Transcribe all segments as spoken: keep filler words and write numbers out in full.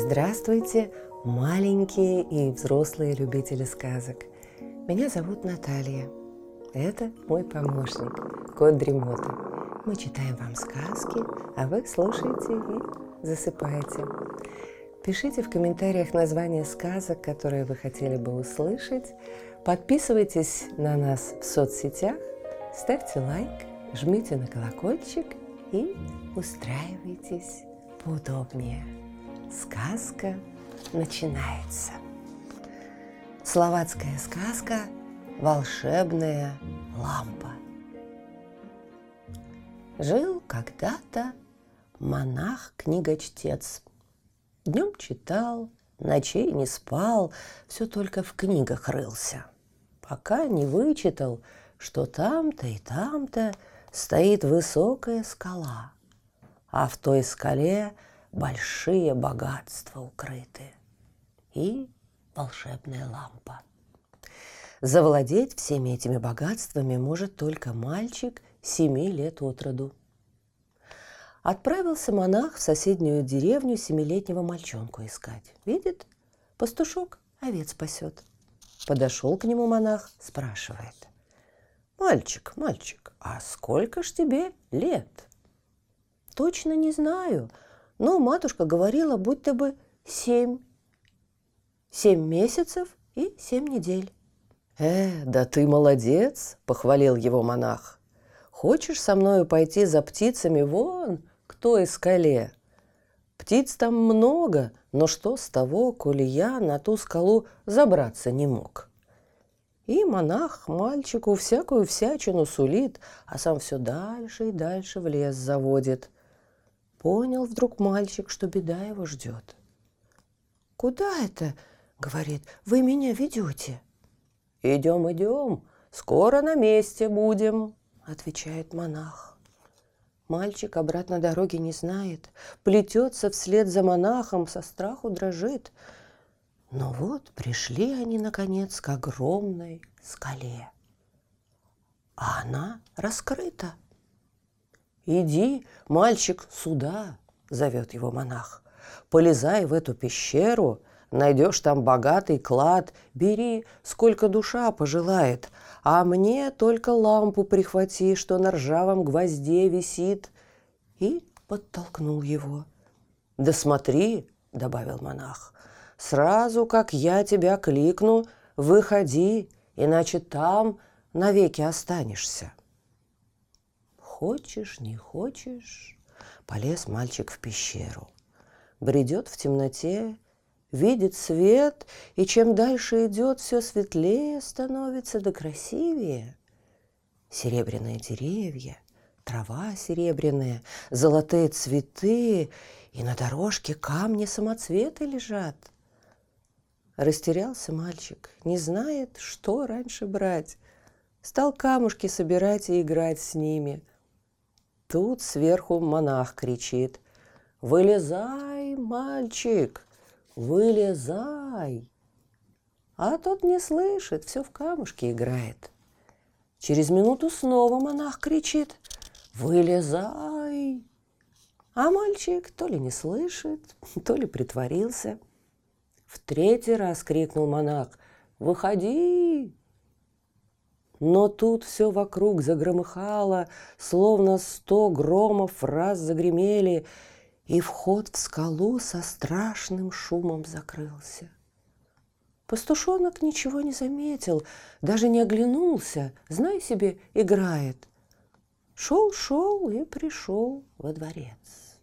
Здравствуйте, маленькие и взрослые любители сказок. Меня зовут Наталья. Это мой помощник, кот Дремота. Мы читаем вам сказки, а вы слушаете и засыпаете. Пишите в комментариях названия сказок, которые вы хотели бы услышать. Подписывайтесь на нас в соцсетях, ставьте лайк, жмите на колокольчик и устраивайтесь поудобнее. Сказка начинается. Словацкая сказка «Волшебная лампа». Жил когда-то монах-книгочтец. Днем читал, ночей не спал, все только в книгах рылся, пока не вычитал, что там-то и там-то стоит высокая скала, а в той скале большие богатства укрыты и волшебная лампа. Завладеть всеми этими богатствами может только мальчик семи лет от роду. Отправился монах в соседнюю деревню семилетнего мальчонку искать. Видит, пастушок овец пасет. Подошел к нему монах, спрашивает: «Мальчик, мальчик, а сколько ж тебе лет?» «Точно не знаю, но матушка говорила, будто бы семь. Семь месяцев и семь недель». «Э, да ты молодец!» – похвалил его монах. «Хочешь со мною пойти за птицами вон к той скале? Птиц там много, но что с того, коли я на ту скалу забраться не мог?» И монах мальчику всякую всячину сулит, а сам все дальше и дальше в лес заводит. Понял вдруг мальчик, что беда его ждет. «Куда это, — говорит, — вы меня ведете?» «Идем, идем, скоро на месте будем», — отвечает монах. Мальчик обратно дороги не знает, плетется вслед за монахом, со страху дрожит. Но вот пришли они, наконец, к огромной скале, а она раскрыта. «Иди, мальчик, сюда», — зовет его монах. «Полезай в эту пещеру, найдешь там богатый клад, бери, сколько душа пожелает, а мне только лампу прихвати, что на ржавом гвозде висит». И подтолкнул его. «Да смотри», — добавил монах, — «сразу, как я тебя кликну, выходи, иначе там навеки останешься». Хочешь, не хочешь, полез мальчик в пещеру. Бредет в темноте, видит свет, и чем дальше идет, все светлее становится да красивее. Серебряные деревья, трава серебряная, золотые цветы, и на дорожке камни-самоцветы лежат. Растерялся мальчик, не знает, что раньше брать. Стал камушки собирать и играть с ними. Тут сверху монах кричит: «Вылезай, мальчик, вылезай!» А тот не слышит, все в камушке играет. Через минуту снова монах кричит: «Вылезай!» А мальчик то ли не слышит, то ли притворился. В третий раз крикнул монах: «Выходи!» Но тут все вокруг загромыхало, словно сто громов раз загремели, и вход в скалу со страшным шумом закрылся. Пастушонок ничего не заметил, даже не оглянулся, знай себе, играет. Шел-шел и пришел во дворец.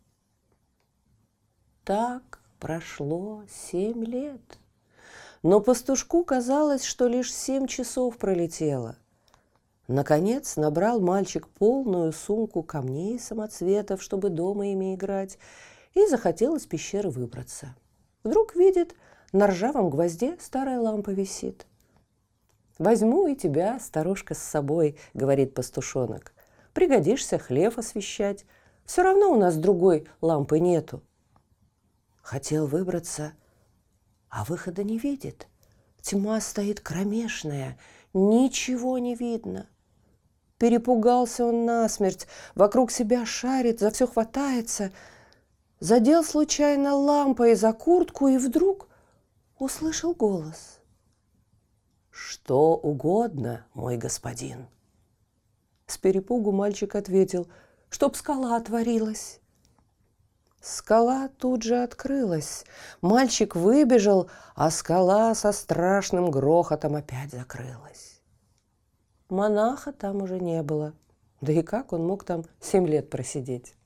Так прошло семь лет, но пастушку казалось, что лишь семь часов пролетело. Наконец набрал мальчик полную сумку камней и самоцветов, чтобы дома ими играть, и захотел из пещеры выбраться. Вдруг видит, на ржавом гвозде старая лампа висит. «Возьму и тебя, старушка, с собой», — говорит пастушонок. «Пригодишься хлев освещать. Все равно у нас другой лампы нету». Хотел выбраться, а выхода не видит. Тьма стоит кромешная, ничего не видно. Перепугался он насмерть, вокруг себя шарит, за все хватается. задел случайно лампой за куртку и вдруг услышал голос. «Что угодно, мой господин». С перепугу мальчик ответил, чтоб скала отворилась. Скала тут же открылась. Мальчик выбежал, а скала со страшным грохотом опять закрылась. Монаха там уже не было. Да и как он мог там семь лет просидеть?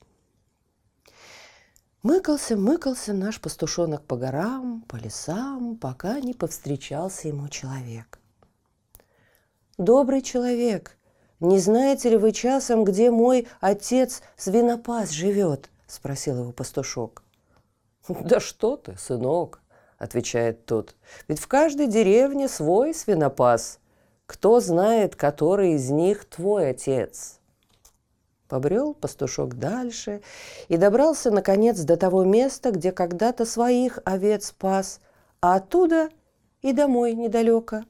Мыкался, мыкался наш пастушонок по горам, по лесам, пока не повстречался ему человек. «Добрый человек, не знаете ли вы часом, где мой отец-свинопас живет?» – спросил его пастушок. «Да что ты, сынок!» – отвечает тот. «Ведь в каждой деревне свой свинопас. Кто знает, который из них твой отец?» Побрел пастушок дальше и добрался, наконец, до того места, где когда-то своих овец пас, а оттуда и домой недалеко.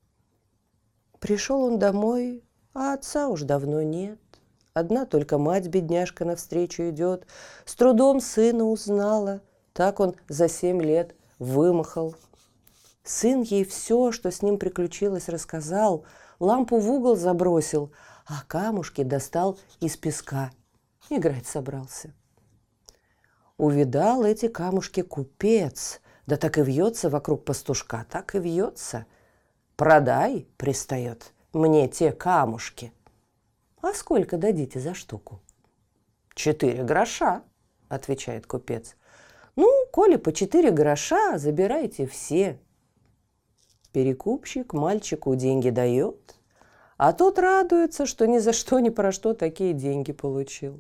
Пришел он домой, а отца уж давно нет. Одна только мать-бедняжка навстречу идет. С трудом сына узнала, так он за семь лет вымахал. Сын ей все, что с ним приключилось, рассказал, лампу в угол забросил, а камушки достал из песка. Играть собрался. Увидал эти камушки купец, да так и вьется вокруг пастушка, так и вьется. «Продай», — пристает, — «мне те камушки». «А сколько дадите за штуку?» «Четыре гроша», — отвечает купец. «Ну, коли по четыре гроша, забирайте все». Перекупщик мальчику деньги дает, а тот радуется, что ни за что, ни про что такие деньги получил.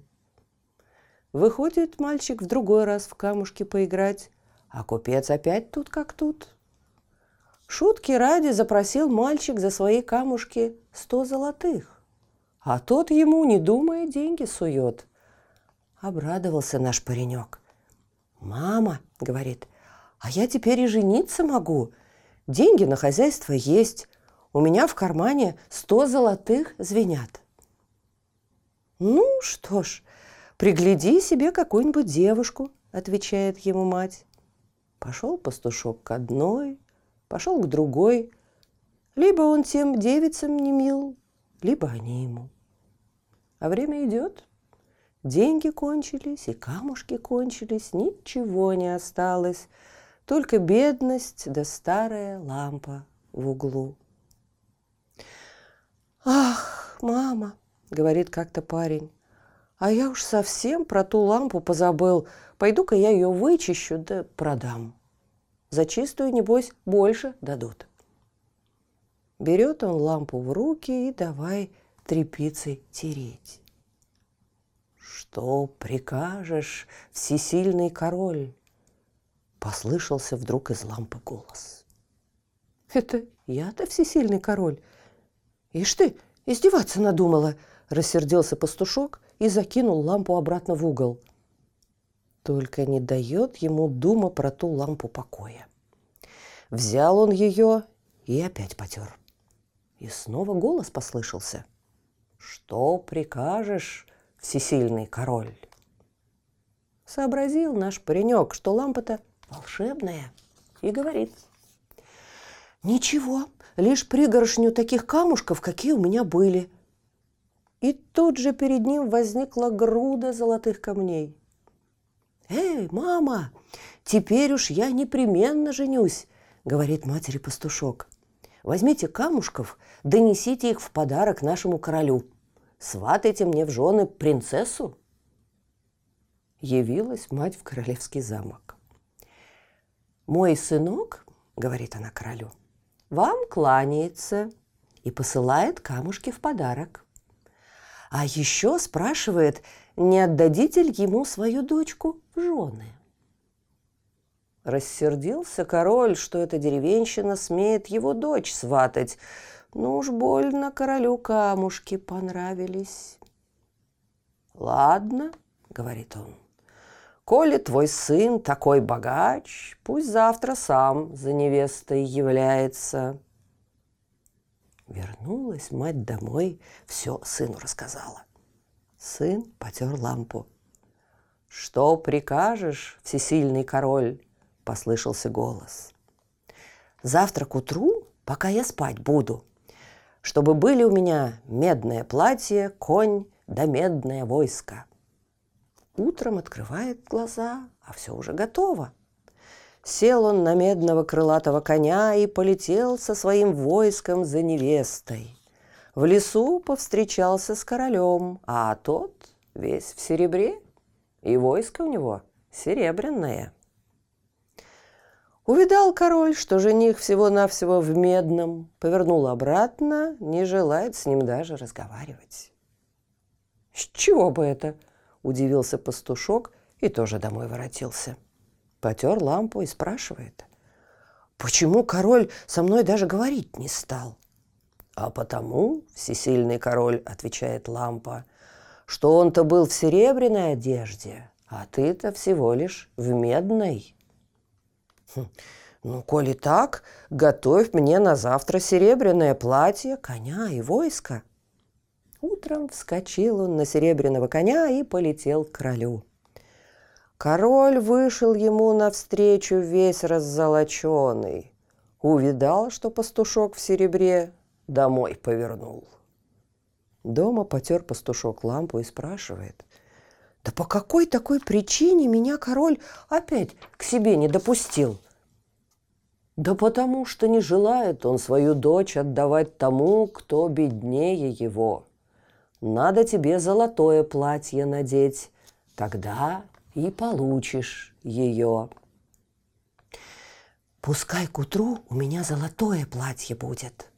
Выходит мальчик в другой раз в камушки поиграть, а купец опять тут как тут. Шутки ради запросил мальчик за свои камушки сто золотых, а тот ему, не думая, деньги сует. Обрадовался наш паренек. «Мама, — говорит, — а я теперь и жениться могу. Деньги на хозяйство есть. У меня в кармане сто золотых звенят». «Ну что ж, пригляди себе какую-нибудь девушку, — отвечает ему мать. Пошел пастушок к одной, пошел к другой. Либо он тем девицам не мил, либо они ему. А время идет. Деньги кончились, и камушки кончились, ничего не осталось. Только бедность да старая лампа в углу. «Ах, мама, — говорит как-то парень, — а я уж совсем про ту лампу позабыл. Пойду-ка я ее вычищу да продам. За чистую, небось, больше дадут». Берет он лампу в руки и давай тряпицей тереть. «Что прикажешь, всесильный король?» Послышался вдруг из лампы голос. «Это я-то всесильный король? Ишь ты, издеваться надумала!» Рассердился пастушок и закинул лампу обратно в угол. Только не дает ему дума про ту лампу покоя. Взял он ее и опять потер. И снова голос послышался. «Что прикажешь, всесильный король?» Сообразил наш паренек, что лампа-то волшебная, и говорит: «Ничего, лишь пригоршню таких камушков, какие у меня были». И тут же перед ним возникла груда золотых камней. «Эй, мама, теперь уж я непременно женюсь», — говорит матери пастушок. «Возьмите камушков, донесите их в подарок нашему королю. Сватайте мне в жены принцессу». Явилась мать в королевский замок. «Мой сынок, — говорит она королю, — вам кланяется и посылает камушки в подарок. А еще спрашивает, не отдадите ли ему свою дочку в жены». Рассердился король, что эта деревенщина смеет его дочь сватать. Ну уж больно королю камушки понравились. «Ладно, — говорит он, — коли твой сын такой богач, пусть завтра сам за невестой является». Вернулась мать домой, все сыну рассказала. Сын потер лампу. «Что прикажешь, всесильный король?» – послышался голос. «Завтра к утру, пока я спать буду, чтобы были у меня медное платье, конь да медное войско». Утром открывает глаза, а все уже готово. Сел он на медного крылатого коня и полетел со своим войском за невестой. В лесу повстречался с королем, а тот весь в серебре, и войско у него серебряное. Увидал король, что жених всего-навсего в медном, повернул обратно, не желает с ним даже разговаривать. «С чего бы это?» – удивился пастушок и тоже домой воротился. Потер лампу и спрашивает: «Почему король со мной даже говорить не стал?» «А потому, всесильный король, — отвечает лампа, — что он-то был в серебряной одежде, а ты-то всего лишь в медной». Хм, «Ну, коли так, готовь мне на завтра серебряное платье, коня и войско». Утром вскочил он на серебряного коня и полетел к королю. Король вышел ему навстречу весь раззолоченный. Увидал, что пастушок в серебре, домой повернул. Дома потер пастушок лампу и спрашивает: «Да по какой такой причине меня король опять к себе не допустил?» «Да потому что не желает он свою дочь отдавать тому, кто беднее его. Надо тебе золотое платье надеть, тогда и получишь ее». «Пускай к утру у меня золотое платье будет».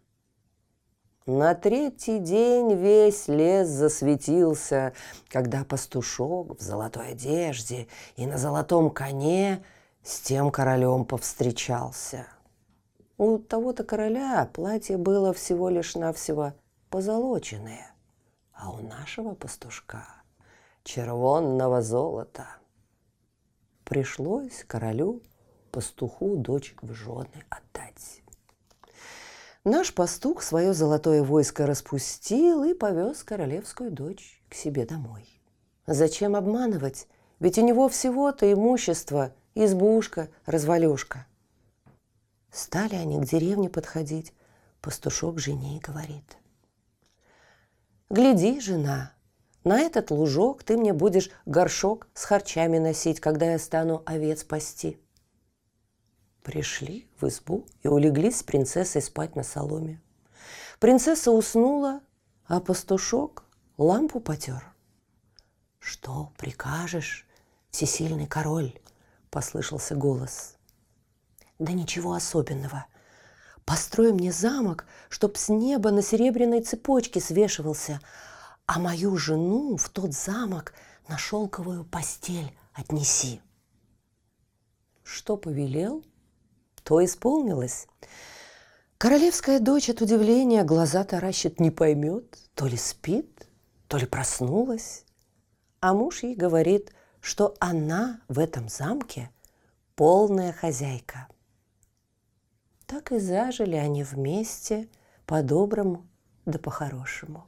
На третий день весь лес засветился, когда пастушок в золотой одежде и на золотом коне с тем королем повстречался. У того-то короля платье было всего лишь навсего позолоченное, а у нашего пастушка червонного золота. Пришлось королю пастуху дочь в жены отдать. Наш пастух свое золотое войско распустил и повез королевскую дочь к себе домой. Зачем обманывать? Ведь у него всего-то имущество, избушка, развалюшка. Стали они к деревне подходить. Пастушок жене говорит: «Гляди, жена, на этот лужок ты мне будешь горшок с харчами носить, когда я стану овец пасти». Пришли в избу и улеглись с принцессой спать на соломе. Принцесса уснула, а пастушок лампу потер. «Что прикажешь, всесильный король?» – послышался голос. «Да ничего особенного. Построй мне замок, чтоб с неба на серебряной цепочке свешивался, а мою жену в тот замок на шелковую постель отнеси». Что повелел, то исполнилось. Королевская дочь от удивления глаза таращит, не поймет, то ли спит, то ли проснулась. А муж ей говорит, что она в этом замке полная хозяйка. Так и зажили они вместе, по-доброму да по-хорошему.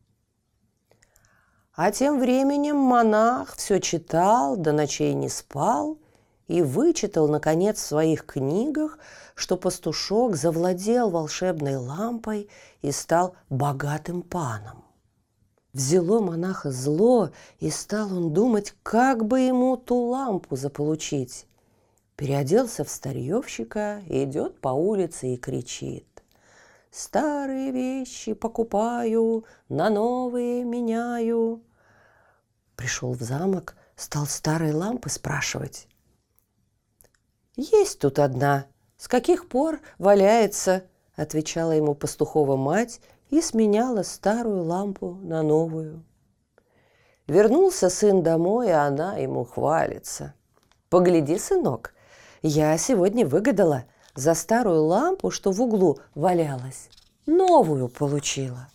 А тем временем монах все читал, до ночей не спал, и вычитал, наконец, в своих книгах, что пастушок завладел волшебной лампой и стал богатым паном. Взяло монаха зло, и стал он думать, как бы ему ту лампу заполучить. Переоделся в старьевщика, идет по улице и кричит: «Старые вещи покупаю, на новые меняю». Пришел в замок, стал старой лампы спрашивать. «Есть тут одна. С каких пор валяется?» – отвечала ему пастухова мать и сменяла старую лампу на новую. Вернулся сын домой, а она ему хвалится: «Погляди, сынок, я сегодня выгадала, за старую лампу, что в углу валялась, новую получила».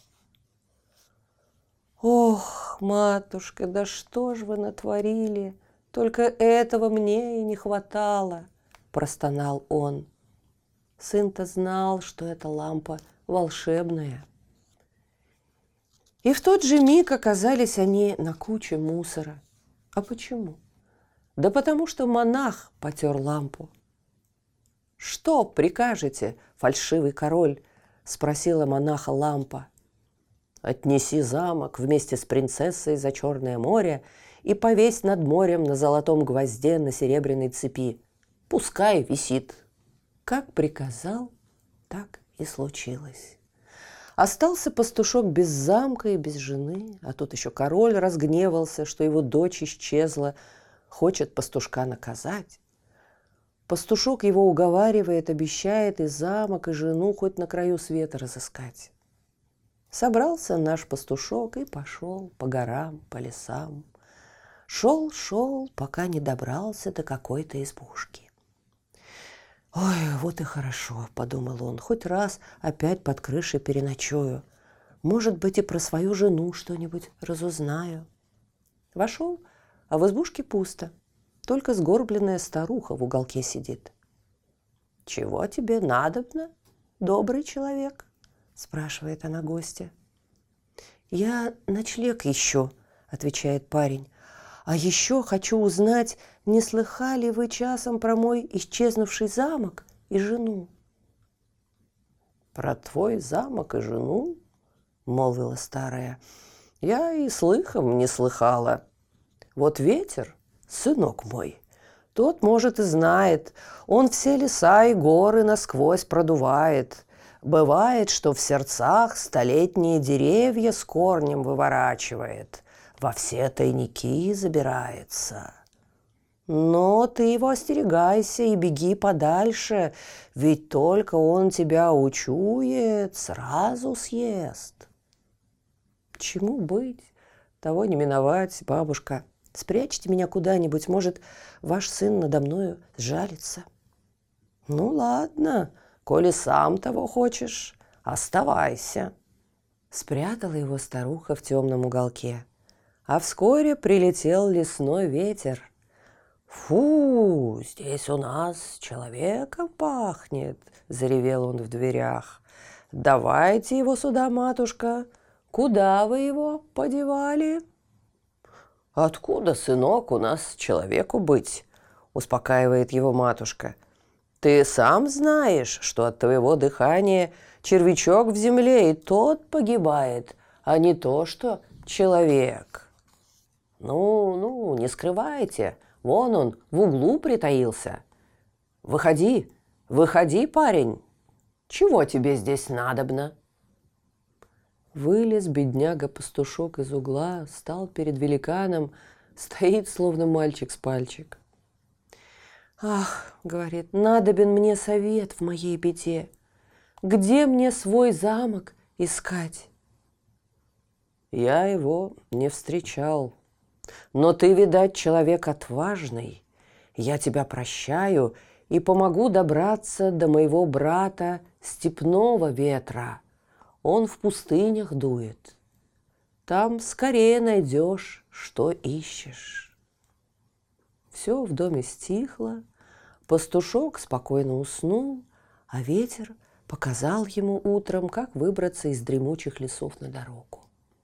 «Ох, матушка, да что ж вы натворили? Только этого мне и не хватало», – простонал он. Сын-то знал, что эта лампа волшебная. И в тот же миг оказались они на куче мусора. А почему? Да потому что монах потер лампу. «Что прикажете, фальшивый король?» – спросила монаха лампа. «Отнеси замок вместе с принцессой за Черное море и повесь над морем на золотом гвозде на серебряной цепи. Пускай висит». Как приказал, так и случилось. Остался пастушок без замка и без жены, а тут еще король разгневался, что его дочь исчезла, хочет пастушка наказать. Пастушок его уговаривает, обещает и замок, и жену хоть на краю света разыскать. Собрался наш пастушок и пошел по горам, по лесам. Шел, шел, пока не добрался до какой-то избушки. «Ой, вот и хорошо», — подумал он, — «хоть раз опять под крышей переночую. Может быть, и про свою жену что-нибудь разузнаю». Вошел, а в избушке пусто. Только сгорбленная старуха в уголке сидит. «Чего тебе надобно, добрый человек?» – спрашивает она гостя. «Я ночлег ищу», – отвечает парень. «А еще хочу узнать, не слыхали вы часом про мой исчезнувший замок и жену?» «Про твой замок и жену?» – молвила старая. «Я и слыхом не слыхала. Вот ветер, сынок мой, тот, может, и знает. Он все леса и горы насквозь продувает. Бывает, что в сердцах столетние деревья с корнем выворачивает, во все тайники забирается. Но ты его остерегайся и беги подальше, ведь только он тебя учует, сразу съест». «Чему быть, того не миновать, бабушка. Спрячьте меня куда-нибудь, может, ваш сын надо мною сжалится». «Ну ладно, коли сам того хочешь, оставайся». Спрятала его старуха в темном уголке. А вскоре прилетел лесной ветер. «Фу, здесь у нас человеком пахнет», — заревел он в дверях. «Давайте его сюда, матушка. Куда вы его подевали?» «Откуда, сынок, у нас человеку быть?» – успокаивает его матушка. «Ты сам знаешь, что от твоего дыхания червячок в земле, и тот погибает, а не то, что человек». «Ну, ну, не скрывайте, вон он в углу притаился. Выходи, выходи, парень. Чего тебе здесь надобно?» Вылез бедняга-пастушок из угла, стал перед великаном, стоит, словно мальчик с пальчик. «Ах, — говорит, — надобен мне совет в моей беде. Где мне свой замок искать?» «Я его не встречал. Но ты, видать, человек отважный. Я тебя прощаю и помогу добраться до моего брата степного ветра. Он в пустынях дует. Там скорее найдешь, что ищешь». Все в доме стихло, пастушок спокойно уснул, а ветер показал ему утром, как выбраться из дремучих лесов на дорогу.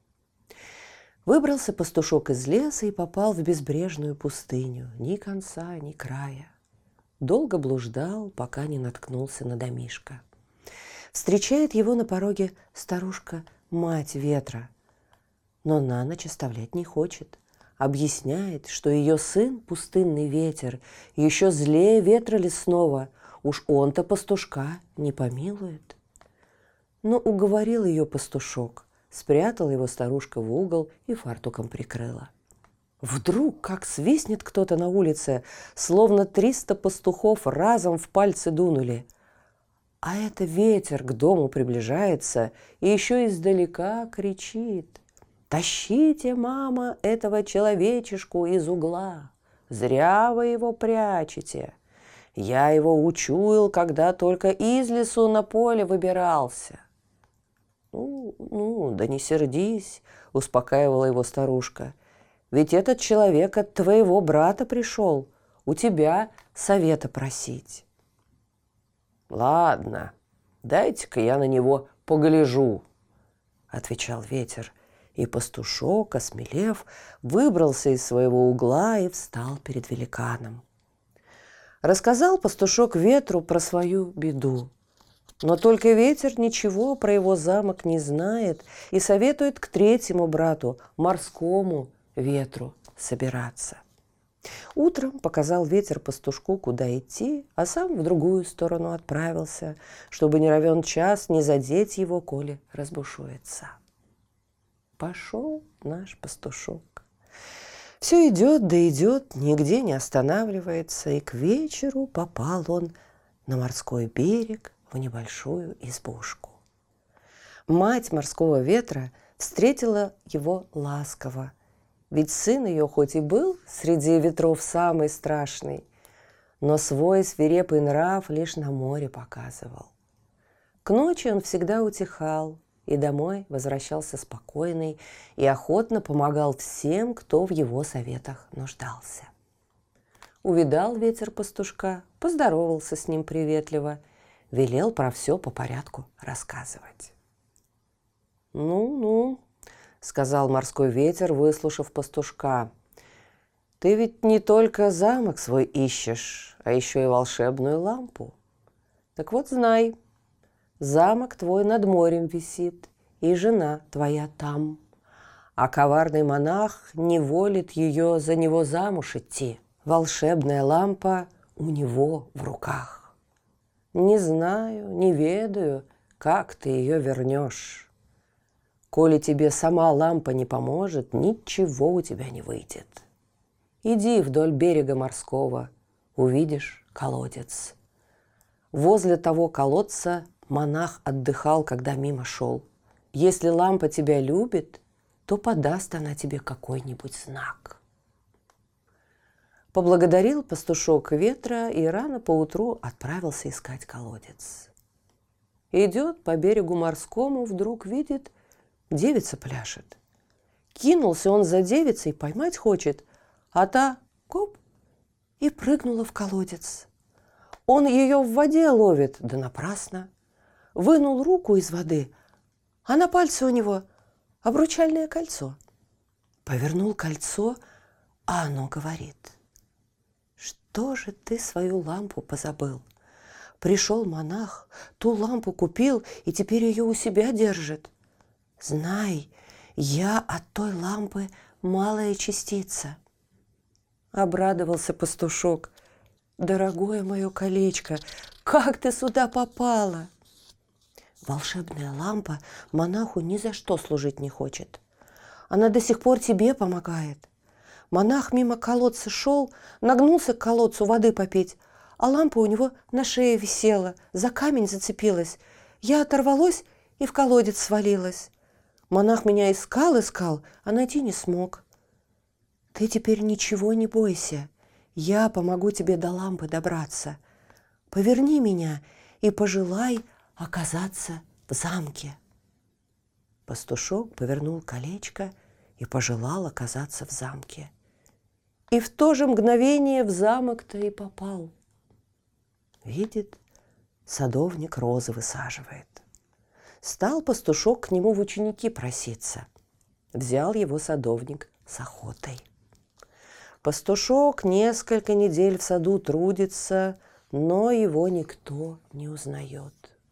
Выбрался пастушок из леса и попал в безбрежную пустыню, ни конца, ни края. Долго блуждал, пока не наткнулся на домишко. Встречает его на пороге старушка, мать ветра, но на ночь оставлять не хочет. Объясняет, что ее сын, пустынный ветер, еще злее ветра лесного, уж он-то пастушка не помилует. Но уговорил ее пастушок, спрятал его старушка в угол и фартуком прикрыла. Вдруг, как свистнет кто-то на улице, словно триста пастухов разом в пальцы дунули. А это ветер к дому приближается и еще издалека кричит: «Тащите, мама, этого человечешку из угла! Зря вы его прячете! Я его учуял, когда только из лесу на поле выбирался». «Ну, ну, да не сердись», — успокаивала его старушка. «Ведь этот человек от твоего брата пришел, у тебя совета просить». «Ладно, дайте-ка я на него погляжу», — отвечал ветер. И пастушок, осмелев, выбрался из своего угла и встал перед великаном. Рассказал пастушок ветру про свою беду. Но только ветер ничего про его замок не знает и советует к третьему брату, морскому ветру, собираться. Утром показал ветер пастушку, куда идти, а сам в другую сторону отправился, чтобы не равен час не задеть его, коли разбушуется. Пошел наш пастушок. Все идет да идет, нигде не останавливается, и к вечеру попал он на морской берег в небольшую избушку. Мать морского ветра встретила его ласково, ведь сын ее хоть и был среди ветров самый страшный, но свой свирепый нрав лишь на море показывал. К ночи он всегда утихал и домой возвращался спокойный и охотно помогал всем, кто в его советах нуждался. Увидал ветер пастушка, поздоровался с ним приветливо, велел про все по порядку рассказывать. «Ну-ну», — сказал морской ветер, выслушав пастушка, — «ты ведь не только замок свой ищешь, а еще и волшебную лампу. Так вот знай, замок твой над морем висит, и жена твоя там, а коварный монах не волит ее за него замуж идти. Волшебная лампа у него в руках. Не знаю, не ведаю, как ты ее вернешь. Коли тебе сама лампа не поможет, ничего у тебя не выйдет. Иди вдоль берега морского, увидишь колодец. Возле того колодца монах отдыхал, когда мимо шел. Если лампа тебя любит, то подаст она тебе какой-нибудь знак». Поблагодарил пастушок ветра и рано поутру отправился искать колодец. Идет по берегу морскому, вдруг видит, девица пляшет. Кинулся он за девицей, поймать хочет, а та, коп, и прыгнула в колодец. Он ее в воде ловит, да напрасно. Вынул руку из воды, а на пальце у него обручальное кольцо. Повернул кольцо, а оно говорит: «Что же ты свою лампу позабыл? Пришел монах, ту лампу купил и теперь ее у себя держит. Знай, я от той лампы малая частица». Обрадовался пастушок: «Дорогое мое колечко, как ты сюда попала?» Волшебная лампа монаху ни за что служить не хочет. Она до сих пор тебе помогает. Монах мимо колодца шел, нагнулся к колодцу воды попить, а лампа у него на шее висела, за камень зацепилась. Я оторвалась и в колодец свалилась. Монах меня искал, искал, а найти не смог. Ты теперь ничего не бойся, я помогу тебе до лампы добраться. Поверни меня и пожелай оказаться в замке». Пастушок повернул колечко и пожелал оказаться в замке. И в то же мгновение в замок-то и попал. Видит, садовник розы высаживает. Стал пастушок к нему в ученики проситься. Взял его садовник с охотой. Пастушок несколько недель в саду трудится, но его никто не узнает.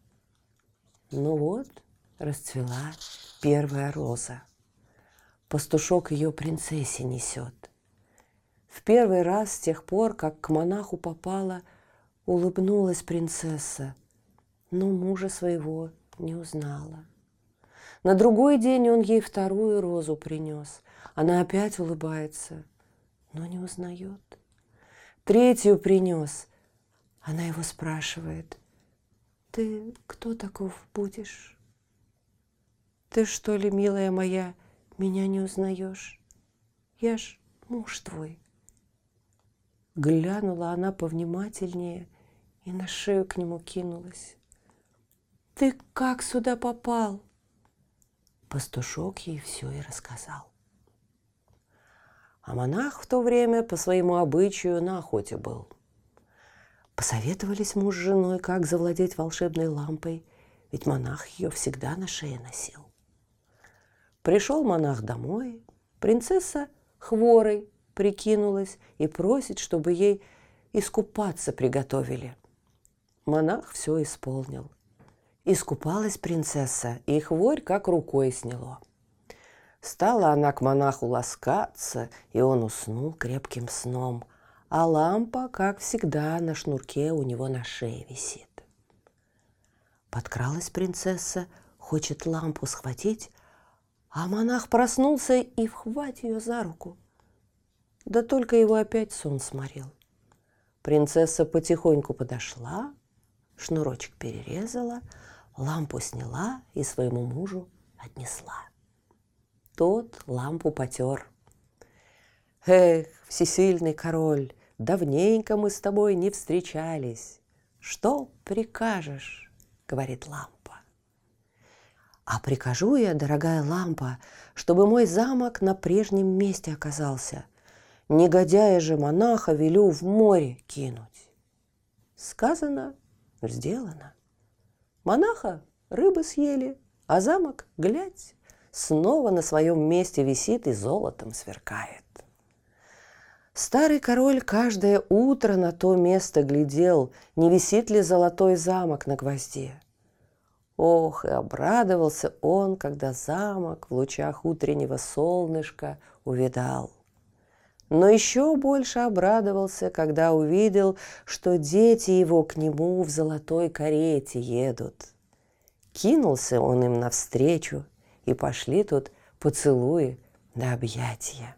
Ну вот, расцвела первая роза. Пастушок ее принцессе несет. В первый раз с тех пор, как к монаху попала, улыбнулась принцесса, но мужа своего не узнала. На другой день он ей вторую розу принес. Она опять улыбается, но не узнает. Третью принес. Она его спрашивает: «Ты кто таков будешь? Ты что ли, милая моя, меня не узнаешь? Я ж муж твой». Глянула она повнимательнее и на шею к нему кинулась. «Ты как сюда попал?» Пастушок ей все и рассказал. А монах в то время по своему обычаю на охоте был. Посоветовались муж с женой, как завладеть волшебной лампой, ведь монах ее всегда на шее носил. Пришел монах домой, принцесса хворой прикинулась и просит, чтобы ей искупаться приготовили. Монах все исполнил. Искупалась принцесса, и хворь как рукой сняло. Стала она к монаху ласкаться, и он уснул крепким сном, а лампа, как всегда, на шнурке у него на шее висит. Подкралась принцесса, хочет лампу схватить, а монах проснулся и вхвать ее за руку. Да только его опять сон сморил. Принцесса потихоньку подошла, шнурочек перерезала, лампу сняла и своему мужу отнесла. Тот лампу потер. «Эх, всесильный король, давненько мы с тобой не встречались. Что прикажешь?» — говорит лампа. «А прикажу я, дорогая лампа, чтобы мой замок на прежнем месте оказался. Негодяя же монаха велю в море кинуть». Сказано, сделано. Монаха рыбы съели, а замок, глядь, снова на своем месте висит и золотом сверкает. Старый король каждое утро на то место глядел, не висит ли золотой замок на гвозде. Ох, и обрадовался он, когда замок в лучах утреннего солнышка увидал. Но еще больше обрадовался, когда увидел, что дети его к нему в золотой карете едут. Кинулся он им навстречу, и пошли тут поцелуи да объятия.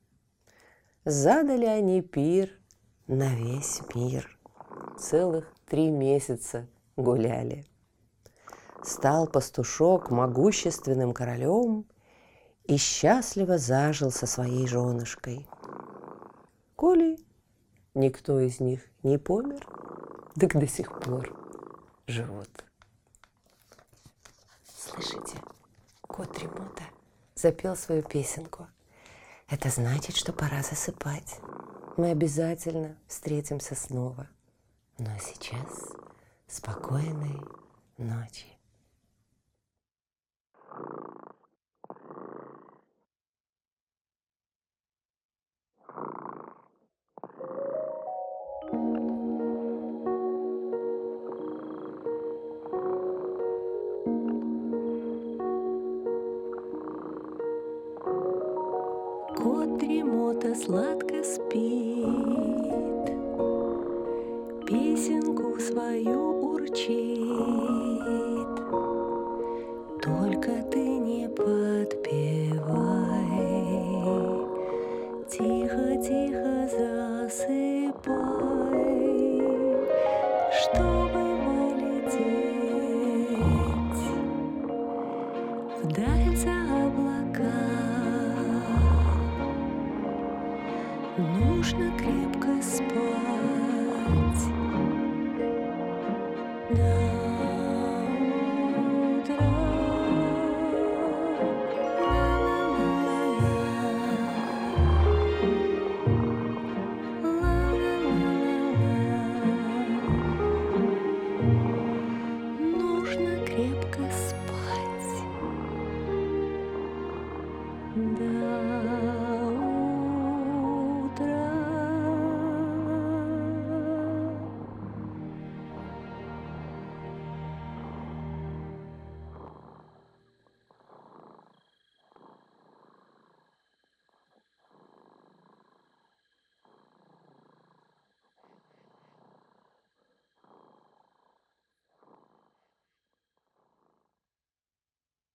Задали они пир на весь мир. Целых три месяца гуляли. Стал пастушок могущественным королем и счастливо зажил со своей женушкой. Коли никто из них не помер, так до сих пор живут. Слышите, кот Ремота запел свою песенку. Это значит, что пора засыпать. Мы обязательно встретимся снова. Но сейчас спокойной ночи. Кот Ремота сладко спит, песенку свою урчит. Только ты не подпевай, тихо-тихо засыпай, чтобы полететь вдаль за облака. Нужно крепко спать до утра. Нужно крепко спать. Да.